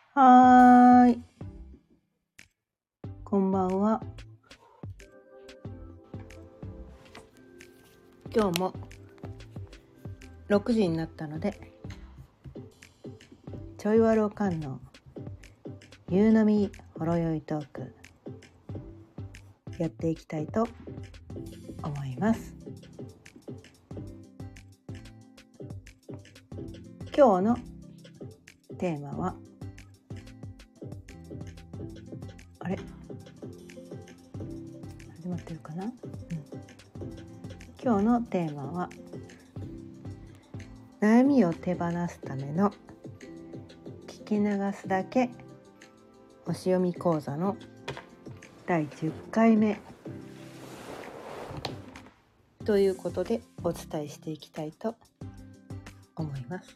はーい、こんばんは。今日も6時になったので、ちょいわろうかんの夕飲みほろよいトークやっていきたいと思います。今日のテーマは始まってるかな、今日のテーマは悩みを手放すための聞き流すだけ星読み講座の第10回目ということでお伝えしていきたいと思います。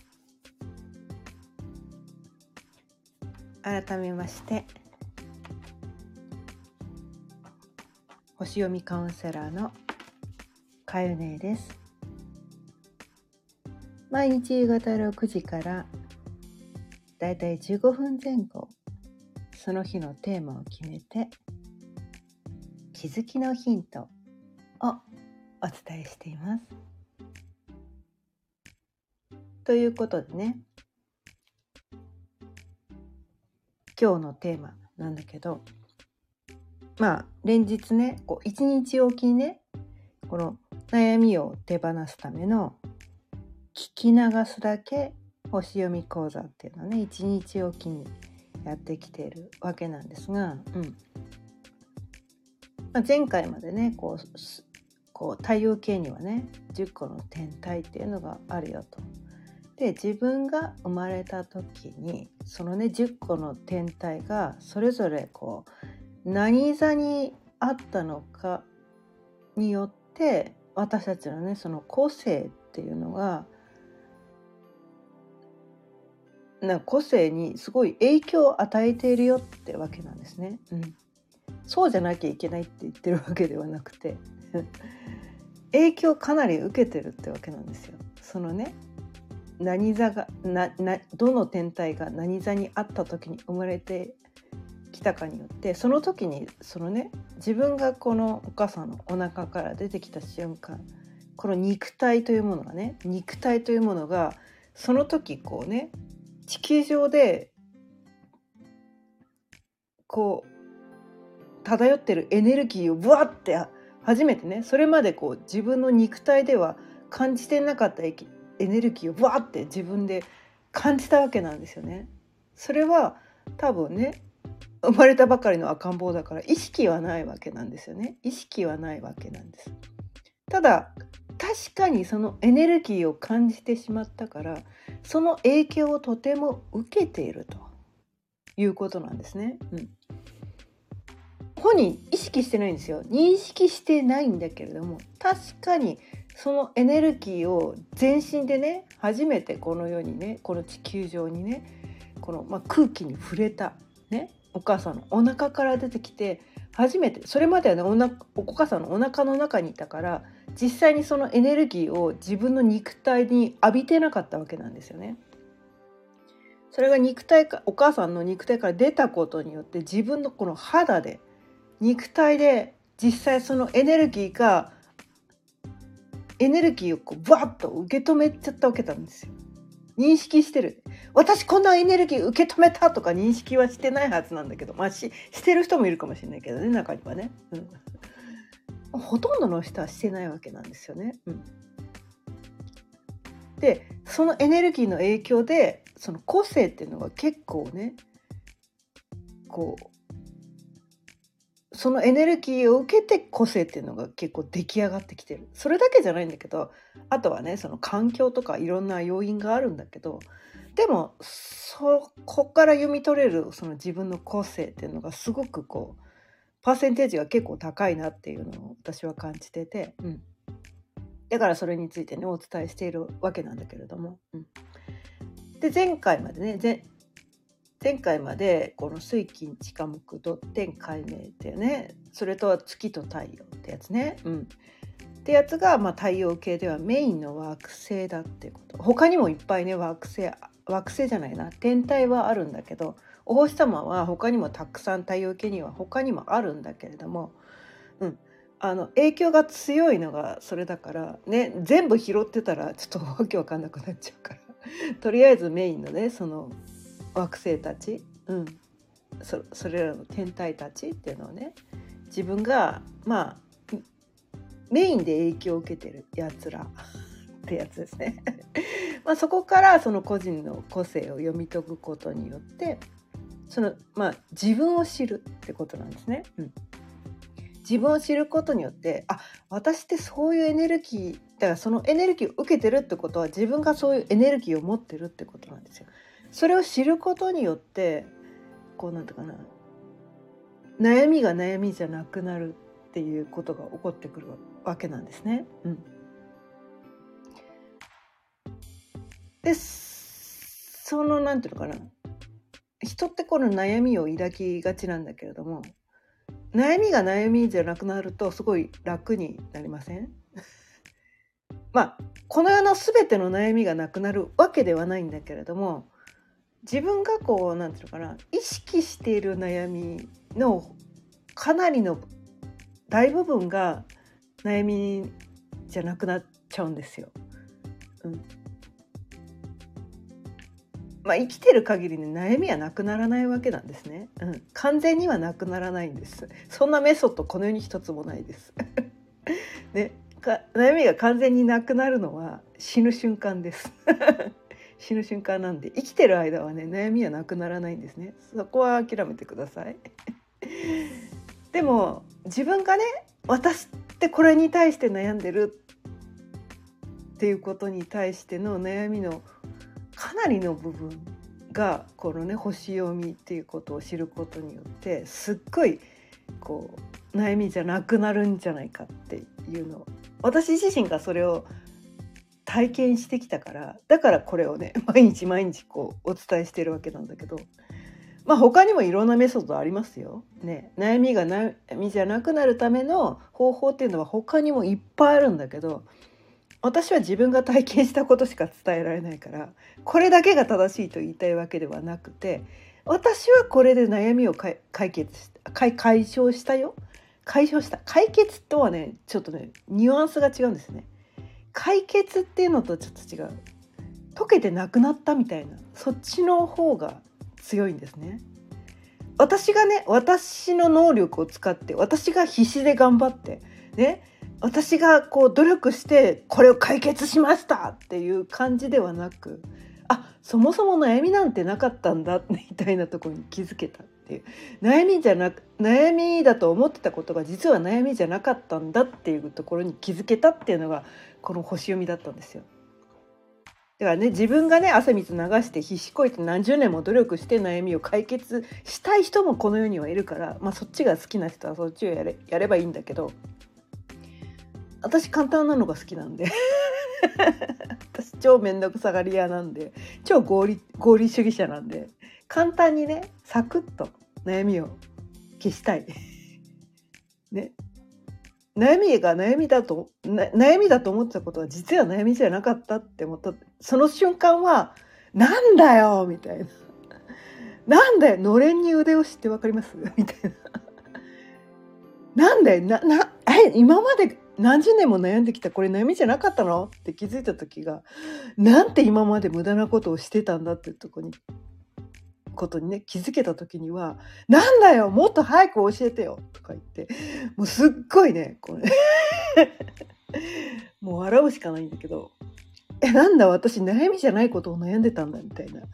改めまして星読みカウンセラーのかゆねです。毎日夕方6時からだいたい15分前後、その日のテーマを決めて気づきのヒントをお伝えしています。ということでね、今日のテーマなんだけど、連日ね、一日おきにね、この悩みを手放すための聞き流すだけ星読み講座っていうのをね、一日おきにやってきているわけなんですが、前回までね、太陽系にはね10個の天体っていうのがあるよと。で、自分が生まれた時にそのね10個の天体がそれぞれ何座にあったのかによって私たちのねその個性っていうのが個性にすごい影響を与えているよってわけなんですね。そうじゃなきゃいけないって言ってるわけではなくて影響かなり受けてるってわけなんですよ。そのね何座がどの天体が何座にあった時に生まれてきたかによって、その時にそのね自分がこのお母さんのお腹から出てきた瞬間、この肉体というものがその時地球上で漂ってるエネルギーをブワッて初めてね、それまで自分の肉体では感じてなかったエネルギーをブワッて自分で感じたわけなんですよね。それは多分ね、生まれたばかりの赤ん坊だから意識はないわけなんですよね。ただ確かにそのエネルギーを感じてしまったから、その影響をとても受けているということなんですね。本人意識してないんですよ。認識してないんだけれども、確かにそのエネルギーを全身でね初めてこの世にね、この地球上にね空気に触れたね、お母さんのお腹から出てきて初めて、それまではねお母さんのお腹の中にいたから実際にそのエネルギーを自分の肉体に浴びてなかったわけなんですよね。それがお母さんの肉体から出たことによって自分のこの肌で肉体で実際そのエネルギーをバッと受け止めちゃったわけなんですよ。認識してる。私こんなエネルギー受け止めたとか認識はしてないはずなんだけど、してる人もいるかもしれないけどね、中にはね、ほとんどの人はしてないわけなんですよね。で、そのエネルギーの影響でその個性っていうのが結構ねそのエネルギーを受けて個性っていうのが結構出来上がってきてる。それだけじゃないんだけど、あとはねその環境とかいろんな要因があるんだけど、でもそこから読み取れるその自分の個性っていうのがすごくパーセンテージが結構高いなっていうのを私は感じてて、だからそれについてねお伝えしているわけなんだけれども、で前回までこの水金地火木土天海明っていうね、それとは月と太陽ってやつね、ってやつが太陽系ではメインの惑星だってこと。他にもいっぱいね惑星惑星じゃないな、天体はあるんだけど、お星様は他にもたくさん、太陽系には他にもあるんだけれども、影響が強いのがそれだからね、全部拾ってたらちょっとわけわかんなくなっちゃうからとりあえずメインのね、その惑星たち、それらの天体たちっていうのをね、自分がメインで影響を受けてるやつらってやつですねそこからその個人の個性を読み解くことによって、自分を知るってことなんですね。自分を知ることによって、私ってそういうエネルギーだから、そのエネルギーを受けてるってことは自分がそういうエネルギーを持ってるってことなんですよ。それを知ることによってなんていうかな、悩みが悩みじゃなくなるっていうことが起こってくるわけなんですね。でなんていうのかな、人ってこの悩みを抱きがちなんだけれども、悩みが悩みじゃなくなるとすごい楽になりません？この世の全ての悩みがなくなるわけではないんだけれども、自分がなんていうのかな、意識している悩みのかなりの大部分が悩みじゃなくなっちゃうんですよ。生きてる限りね、悩みはなくならないわけなんですね。完全にはなくならないんです。そんなメソッドこの世に一つもないですね、悩みが完全になくなるのは死ぬ瞬間です死ぬ瞬間なんで、生きてる間はね、悩みはなくならないんですね。そこは諦めてくださいでも自分がね、私ってこれに対して悩んでるっていうことに対しての悩みのかなりの部分がこのね、星読みっていうことを知ることによってすっごい悩みじゃなくなるんじゃないかっていうのを、私自身がそれを体験してきたから、だからこれをね、毎日毎日お伝えしてるわけなんだけど、他にもいろんなメソッドありますよ、ね、悩みが悩みじゃなくなるための方法っていうのは他にもいっぱいあるんだけど、私は自分が体験したことしか伝えられないから、これだけが正しいと言いたいわけではなくて、私はこれで悩みを解消したよ。解決とはね、ちょっとねニュアンスが違うんですね。解決っていうのとちょっと違う。解けてなくなったみたいな、そっちの方が強いんですね。私がね、私の能力を使って、私が必死で頑張ってね、私が努力してこれを解決しましたっていう感じではなく、そもそも悩みなんてなかったんだみたいなところに気づけたっていう、悩みだと思ってたことが実は悩みじゃなかったんだっていうところに気づけたっていうのがこの星読みだったんですよ。だからね、自分がね、汗水流して必死こいて何十年も努力して悩みを解決したい人もこの世にはいるから、そっちが好きな人はそっちをやればいいんだけど、私簡単なのが好きなんで私超めんどくさがり屋なんで、超合理主義者なんで、簡単にね、サクッと悩みを消したいね。悩みだと思ってたことは実は悩みじゃなかったって思った、その瞬間はなんだよみたいな、なんだよのれんに腕押しってわかりますみたいな、なんだよ今まで何十年も悩んできたこれ悩みじゃなかったのって気づいた時が、なんて今まで無駄なことをしてたんだっていうことにね、気づけた時には、なんだよもっと早く教えてよとか言って、もうすっごいねもう笑うしかないんだけど、なんだ私悩みじゃないことを悩んでたんだみたいな、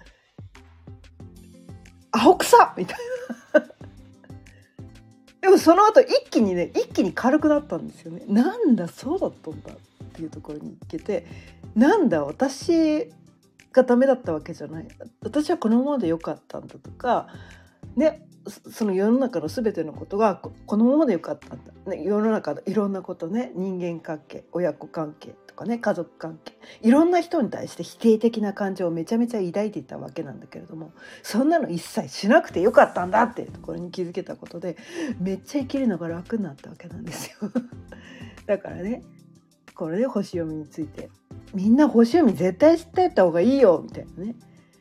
アホくさみたいなでもその後一気に軽くなったんですよね。なんだそうだったんだっていうところに行けて、なんだ私がダメだったわけじゃない、私はこのままでよかったんだとかね、その世の中の全てのことがこのままでよかったんだ、ね、世の中のいろんなことね、人間関係、親子関係とかね、家族関係、いろんな人に対して否定的な感情をめちゃめちゃ抱いていたわけなんだけれども、そんなの一切しなくてよかったんだっていうところに気づけたことで、めっちゃ生きるのが楽になったわけなんですよだからね、これで星読みについて、みんな星読み絶対知っておいた方がいいよみたいなね、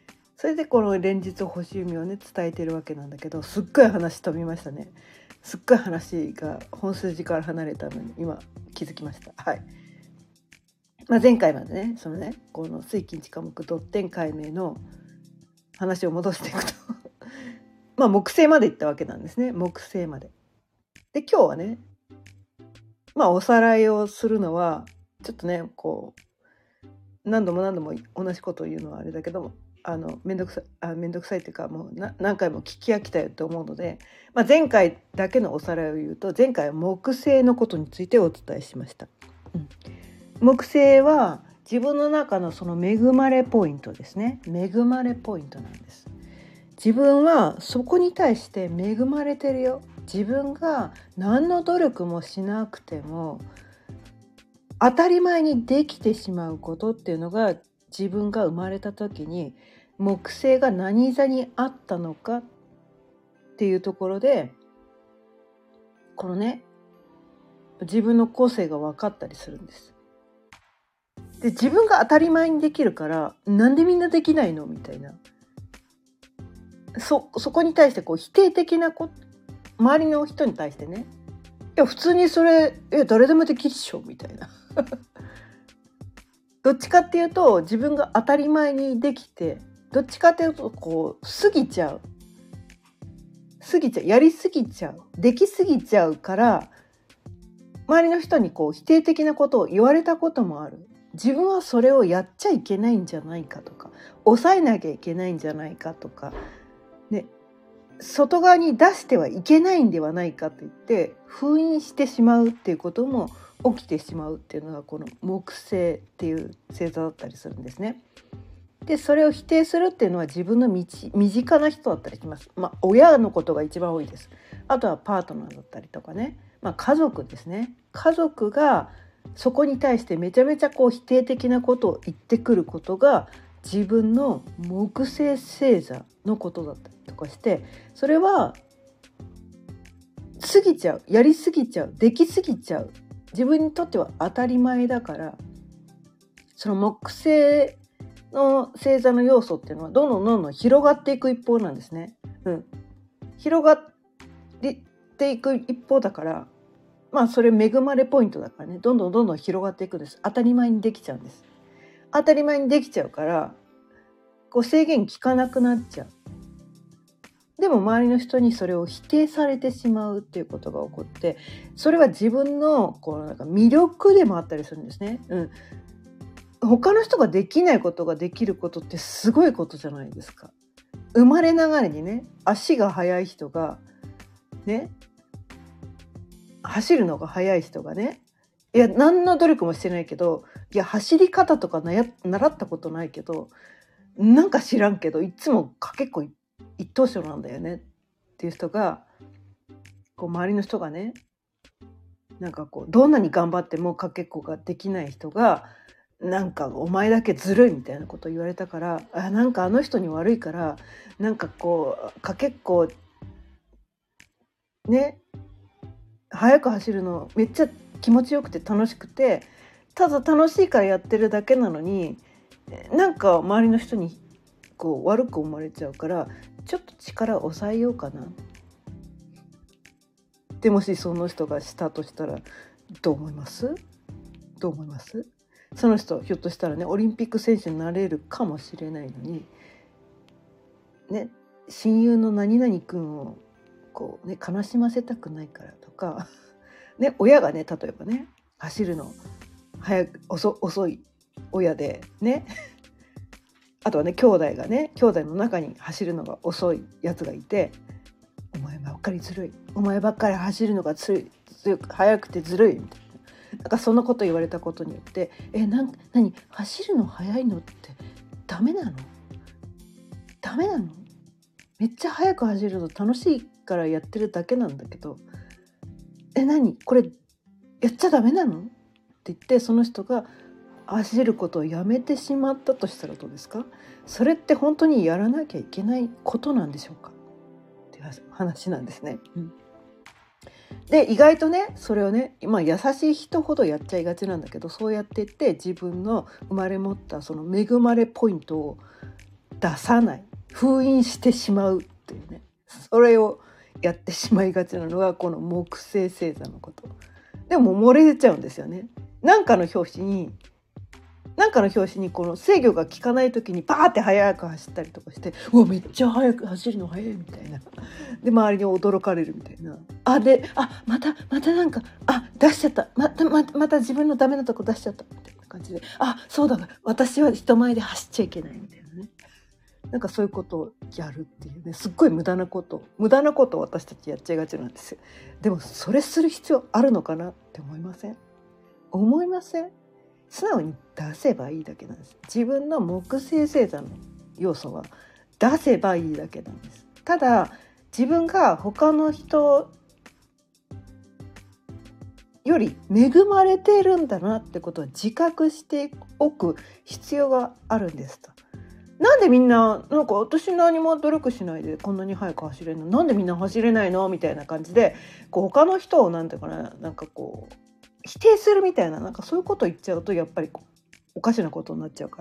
それでこの連日星読みをね伝えてるわけなんだけど、すっごい話飛びましたね。すっごい話が本筋から離れたのに今気づきました。はい。前回までねそのねこの水金地火木ドッテン解明の話を戻していくと木星まで行ったわけなんですね。木星まで。で今日はねおさらいをするのはちょっとねこう何度も同じことを言うのはあれだけどもめんどくさいっていうかもう何回も聞き飽きたよと思うので、前回だけのおさらいを言うと、前回は木星のことについてお伝えしました。木星は自分の中のその恵まれポイントですね。恵まれポイントなんです。自分はそこに対して恵まれてるよ。自分が何の努力もしなくても当たり前にできてしまうことっていうのが、自分が生まれた時に木星が何座にあったのかっていうところで、このね自分の個性が分かったりするんです。で自分が当たり前にできるからなんでみんなできないのみたいな、そこに対してこう否定的な周りの人に対してね、いや普通にそれ誰でもできるっしょみたいなどっちかっていうと自分が当たり前にできて、どっちかっていうとこう過ぎちゃうやりすぎちゃう、できすぎちゃうから、周りの人にこう否定的なことを言われたこともある。自分はそれをやっちゃいけないんじゃないかとか、抑えなきゃいけないんじゃないかとかね、外側に出してはいけないんではないかと言って封印してしまうっていうことも起きてしまうっていうのがこの木星っていう星座だったりするんですね。でそれを否定するっていうのは自分の身近な人だったりします。親のことが一番多いです。あとはパートナーだったりとかね、家族ですね。家族がそこに対してめちゃめちゃこう否定的なことを言ってくることが自分の木星星座のことだったりとかして、それは過ぎちゃう、やりすぎちゃう、できすぎちゃう、自分にとっては当たり前だから、その木星の星座の要素っていうのはどんどん広がっていく一方なんですね。広がっていく一方だから、それ恵まれポイントだからね、どんどん広がっていくんです。当たり前にできちゃうんです。当たり前にできちゃうからこう制限効かなくなっちゃう。でも周りの人にそれを否定されてしまうっていうことが起こって、それは自分のこうなんか魅力でもあったりするんですね。他の人ができないことができることってすごいことじゃないですか。生まれながらにね、足が速い人がね、走るのが速い人がね、いや何の努力もしてないけど、いや走り方とか習ったことないけど、なんか知らんけどいつも結構一等賞なんだよねっていう人が、こう周りの人がね、なんかこうどんなに頑張ってもかけっこができない人が、なんかお前だけずるいみたいなことを言われたから、なんかあの人に悪いから、なんかこうかけっこね速く走るのめっちゃ気持ちよくて楽しくて、ただ楽しいからやってるだけなのに、なんか周りの人にこう悪く思われちゃうから、ちょっと力を抑えようかな。でもしその人がしたとしたらどう思います？その人ひょっとしたらねオリンピック選手になれるかもしれないのにね、親友の何々君をこうね悲しませたくないからとかね、親がね例えばね走るの遅い親でねあとはね兄弟の中に走るのが遅いやつがいて、お前ばっかりずるい、お前ばっかり走るのが速くてずるいみたいな、なんかそんなこと言われたことによって、何走るの速いのってダメなのめっちゃ速く走るの楽しいからやってるだけなんだけど、何これやっちゃダメなのって言って、その人が走ることをやめてしまったとしたらどうですか？それって本当にやらなきゃいけないことなんでしょうかっていう話なんですね。で意外とねそれをね優しい人ほどやっちゃいがちなんだけど、そうやっていって自分の生まれ持ったその恵まれポイントを出さない、 封印してしまうっていうね、それをやってしまいがちなのがこの木星星座のこと。でも漏れ出ちゃうんですよね。なんかの表紙にこの制御が効かない時にパーって速く走ったりとかして、うわめっちゃ速く走るの速いみたいな、で周りに驚かれるみたいな、またなんか出しちゃった、また自分のダメなとこ出しちゃったみたいな感じで、そうだ私は人前で走っちゃいけないみたいなね、なんかそういうことをやるっていうね、すっごい無駄なことを私たちやっちゃいがちなんですよ。でもそれする必要あるのかなって思いません？素直に出せばいいだけなんです。自分の木星星座の要素は出せばいいだけなんです。ただ自分が他の人より恵まれているんだなってことは自覚しておく必要があるんですと。なんでみんななんか私何も努力しないでこんなに速く走れるの、なんでみんな走れないのみたいな感じで、こう他の人をなんていうかな、なんかこう否定するみたいな、なんかそういうこと言っちゃうとやっぱりおかしなことになっちゃうから、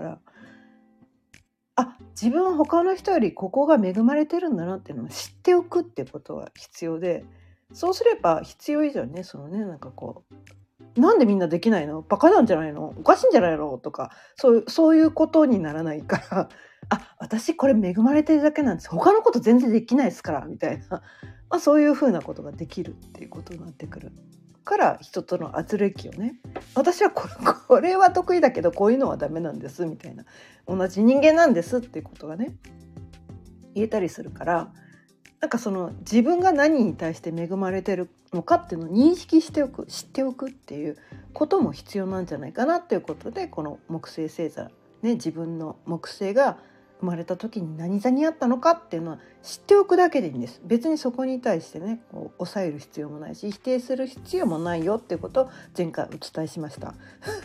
自分は他の人よりここが恵まれてるんだなっていうのを知っておくってことが必要で、そうすれば必要以上にね、そのね、なんかこうなんでみんなできないの、バカなんじゃないの、おかしいんじゃないのとか、そういうことにならないから私これ恵まれてるだけなんです、他のこと全然できないですからみたいな、そういうふうなことができるっていうことになってくるから人との圧力をね、私はこれは得意だけどこういうのはダメなんですみたいな、同じ人間なんですっていうことがね言えたりするから、なんかその自分が何に対して恵まれてるのかっていうのを認識しておく、知っておくっていうことも必要なんじゃないかなっていうことで、この木星星座ね、自分の木星が生まれた時に何座にあったのかっていうのは知っておくだけでいいんです。別にそこに対してねこう抑える必要もないし否定する必要もないよっていうことを前回お伝えしました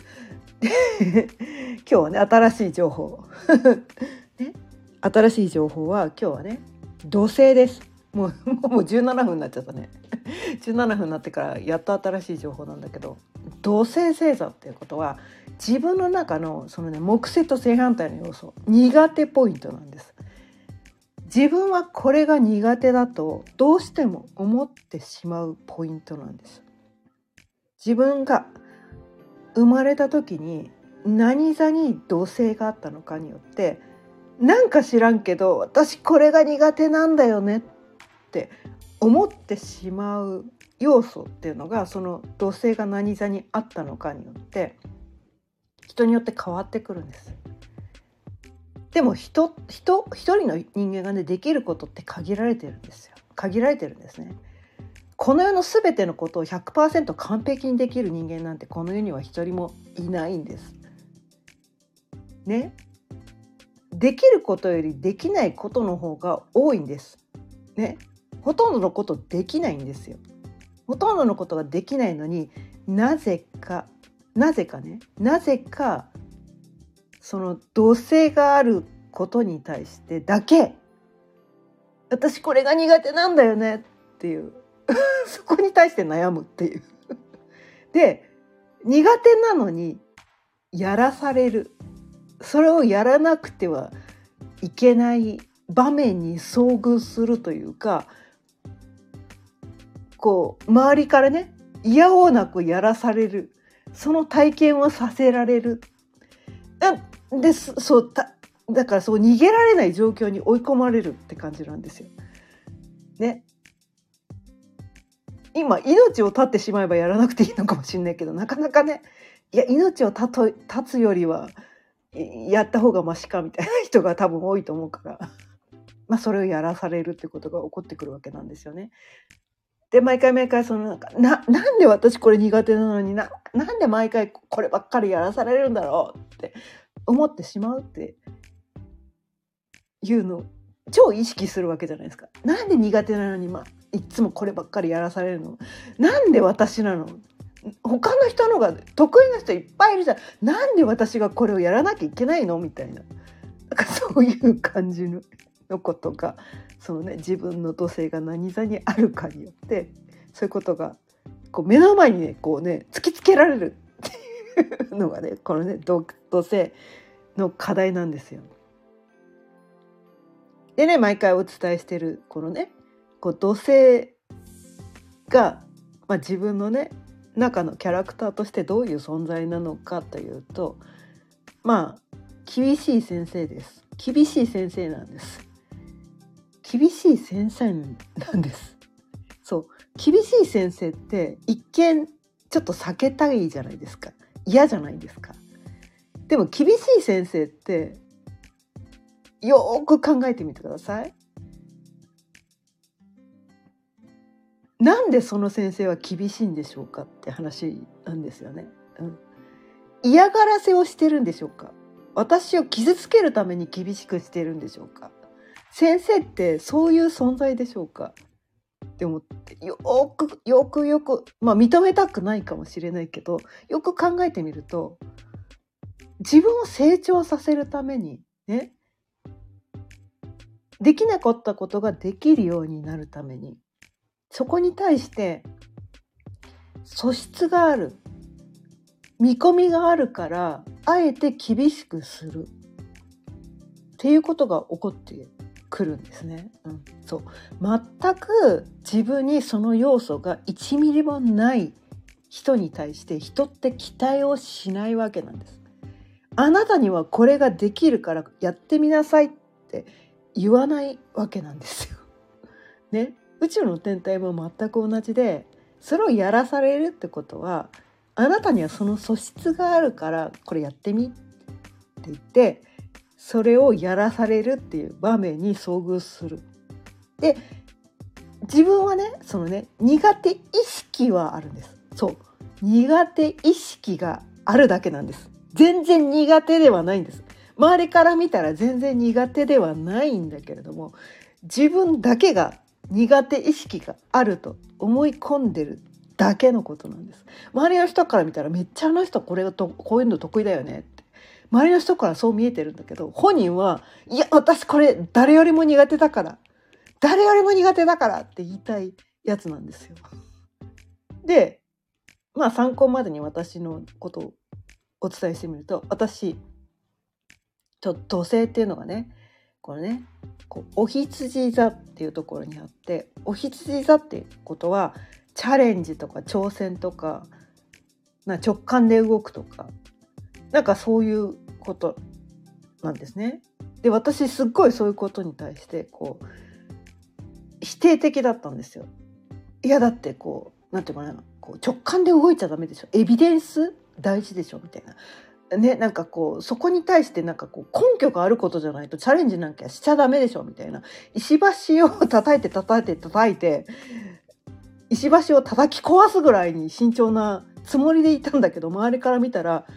今日はね新しい情報ね、新しい情報は今日はね土星です。もう17分になっちゃったね17分になってからやっと新しい情報なんだけど、土星星座っていうことは自分の中のそのね木星と正反対の要素、苦手ポイントなんです。自分はこれが苦手だとどうしても思ってしまうポイントなんです。自分が生まれた時に何座に土星があったのかによって、なんか知らんけど私これが苦手なんだよねって思ってしまう要素っていうのが、その土星が何座にあったのかによって人によって変わってくるんです。でも一人の人間がねできることって限られてるんですね。この世の全てのことを 100% 完璧にできる人間なんてこの世には一人もいないんですね。できることよりできないことの方が多いんですね。ほとんどのことできないんですよ。ほとんどのことができないのになぜかその土星があることに対してだけ私これが苦手なんだよねっていうそこに対して悩むっていうで、苦手なのにやらされる、それをやらなくてはいけない場面に遭遇するというか、こう周りからね嫌おうなくやらされる、その体験をさせられるで、だからそう逃げられない状況に追い込まれるって感じなんですよね。今命を絶ってしまえばやらなくていいのかもしれないけど、なかなかね、いや命を絶つよりはやった方がマシかみたいな人が多分多いと思うからそれをやらされるってことが起こってくるわけなんですよね。で毎回そのなんで私これ苦手なのになんで毎回こればっかりやらされるんだろうって思ってしまうっていうのを超意識するわけじゃないですか。なんで苦手なのにいつもこればっかりやらされるの、なんで私なの、他の人の方が得意な人いっぱいいるじゃん、なんで私がこれをやらなきゃいけないのみたいな、なんかそういう感じのことがそのね自分の土星が何座にあるかによってそういうことがこう目の前にねこうね突きつけられるっていうのがねこのね土星の課題なんですよ。 でね、毎回お伝えしてるこのね、こう土星が、自分のね中のキャラクターとしてどういう存在なのかというと、厳しい先生です。厳しい先生なんです。厳しい先生なんです。そう、厳しい先生って一見ちょっと避けたいじゃないですか。嫌じゃないですか。でも厳しい先生ってよーく考えてみてください。なんでその先生は厳しいんでしょうかって話なんですよね。嫌がらせをしてるんでしょうか。私を傷つけるために厳しくしてるんでしょうか。先生ってそういう存在でしょうかって思って、よく認めたくないかもしれないけど、よく考えてみると、自分を成長させるためにね、できなかったことができるようになるために、そこに対して素質がある、見込みがあるから、あえて厳しくするっていうことが起こってくるんですね。そう、全く自分にその要素が1ミリもない人に対して人って期待をしないわけなんです。あなたにはこれができるからやってみなさいって言わないわけなんですよ。ね、宇宙の天体も全く同じで、それをやらされるってことは、あなたにはその素質があるからこれやってみって言って、それをやらされるっていう場面に遭遇する。で、自分はね、そのね、苦手意識はあるんです。そう、苦手意識があるだけなんです。全然苦手ではないんです。周りから見たら全然苦手ではないんだけれども、自分だけが苦手意識があると思い込んでるだけのことなんです。周りの人から見たらめっちゃあの人こういうの得意だよねって、周りの人からそう見えてるんだけど、本人はいや私これ誰よりも苦手だからって言いたいやつなんですよ。で、参考までに私のことをお伝えしてみると、私土星っていうのがね、これね、お羊座っていうところにあって、お羊座っていうことはチャレンジとか挑戦とか、直感で動くとか、そういうことなんですね。で、私すっごいそういうことに対して否定的だったんですよ。いやだってなんていうかな、直感で動いちゃダメでしょ、エビデンス大事でしょみたいなね、そこに対して根拠があることじゃないとチャレンジなんかしちゃダメでしょみたいな、石橋を叩いて石橋を叩き壊すぐらいに慎重なつもりでいたんだけど、周りから見たら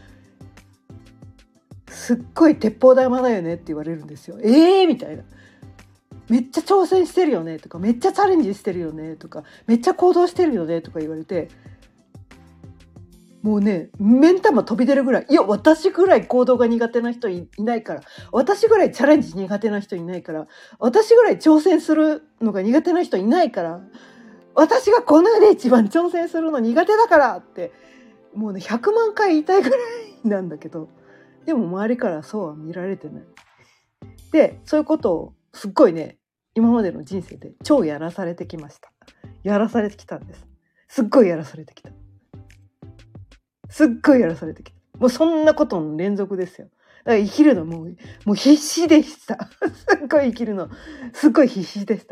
すっごい鉄砲玉だよねって言われるんですよ。みたいな、めっちゃ挑戦してるよねとか、めっちゃチャレンジしてるよねとか、めっちゃ行動してるよねとか言われて、もうね、目ん玉飛び出るぐらい、いや私ぐらい行動が苦手な人 いないから、私ぐらいチャレンジ苦手な人いないから、私ぐらい挑戦するのが苦手な人いないから、私がこの世で一番挑戦するの苦手だからって、もうね100万回言いたいぐらいなんだけど、でも周りからそうは見られてない。で、そういうことをすっごいね、今までの人生で超やらされてきました。やらされてきたんです。すっごいやらされてきた。すっごいやらされてきた。もうそんなことの連続ですよ。だから生きるのもう必死でした。すっごい生きるのすっごい必死でした。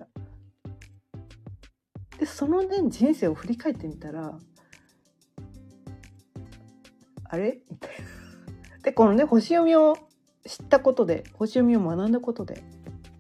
で、そのね人生を振り返ってみたら、あれみたいな。で、このね星読みを知ったことで、星読みを学んだことで、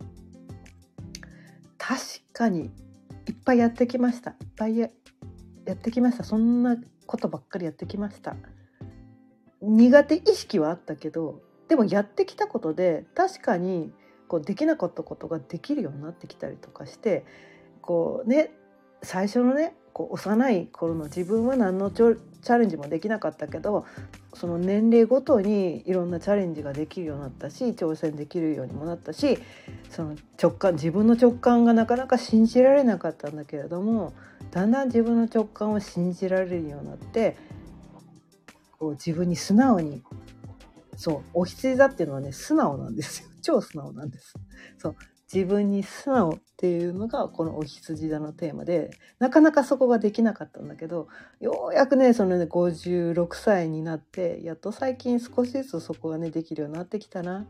確かにいっぱいやってきました。やってきました。そんなことばっかりやってきました。苦手意識はあったけど、でもやってきたことで確かにできなかったことができるようになってきたりとかして、最初のね幼い頃の自分は何のチャレンジもできなかったけど、その年齢ごとにいろんなチャレンジができるようになったし、挑戦できるようにもなったし、その自分の直感がなかなか信じられなかったんだけれども、だんだん自分の直感を信じられるようになって、自分に素直に、そう、お羊座っていうのはね素直なんですよ。超素直なんです。そう、 自分に素直っていうのがこのお羊座のテーマで、なかなかそこができなかったんだけど、ようやくねそのね56歳になってやっと最近少しずつそこがねできるようになってきたな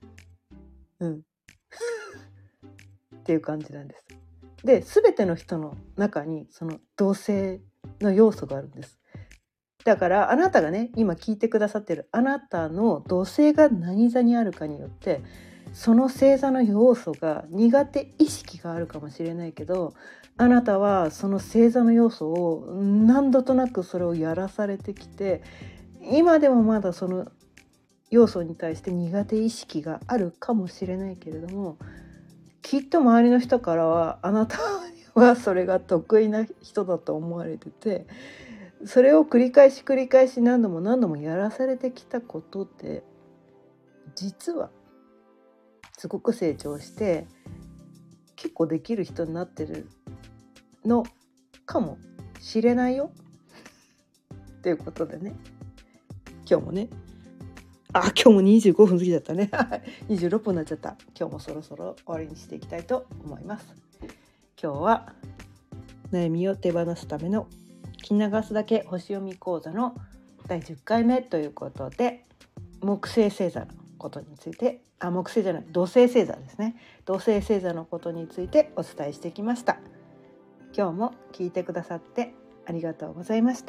っていう感じなんです。で、全ての人の中にその同性の要素があるんです。だからあなたがね今聞いてくださってるあなたの土星が何座にあるかによってその星座の要素が苦手意識があるかもしれないけど、あなたはその星座の要素を何度となくそれをやらされてきて、今でもまだその要素に対して苦手意識があるかもしれないけれども、きっと周りの人からはあなたはそれが得意な人だと思われてて、それを繰り返し何度も何度もやらされてきたことで実はすごく成長して結構できる人になってるのかもしれないよっていうことでね、今日もね今日も25分過ぎちゃったね26分になっちゃった。今日もそろそろ終わりにしていきたいと思います。今日は悩みを手放すための聞き流すだけ星読み講座の第10回目ということで、木星星座のことについて木星じゃない土星星座ですね、土星星座のことについてお伝えしてきました。今日も聞いてくださってありがとうございました。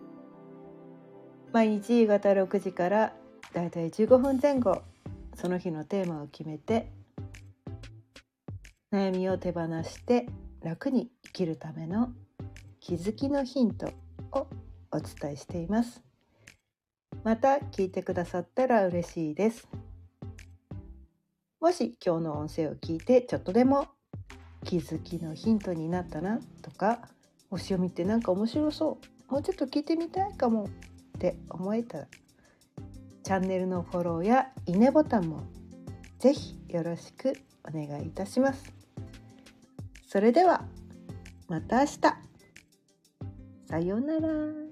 毎日夕方6時からだいたい15分前後、その日のテーマを決めて悩みを手放して楽に生きるための気づきのヒントをお伝えしています。また聞いてくださったら嬉しいです。もし今日の音声を聞いてちょっとでも気づきのヒントになったなとか、星読みってなんか面白そう、もうちょっと聞いてみたいかもって思えたら、チャンネルのフォローやいいねボタンもぜひよろしくお願いいたします。それではまた明日。さようなら。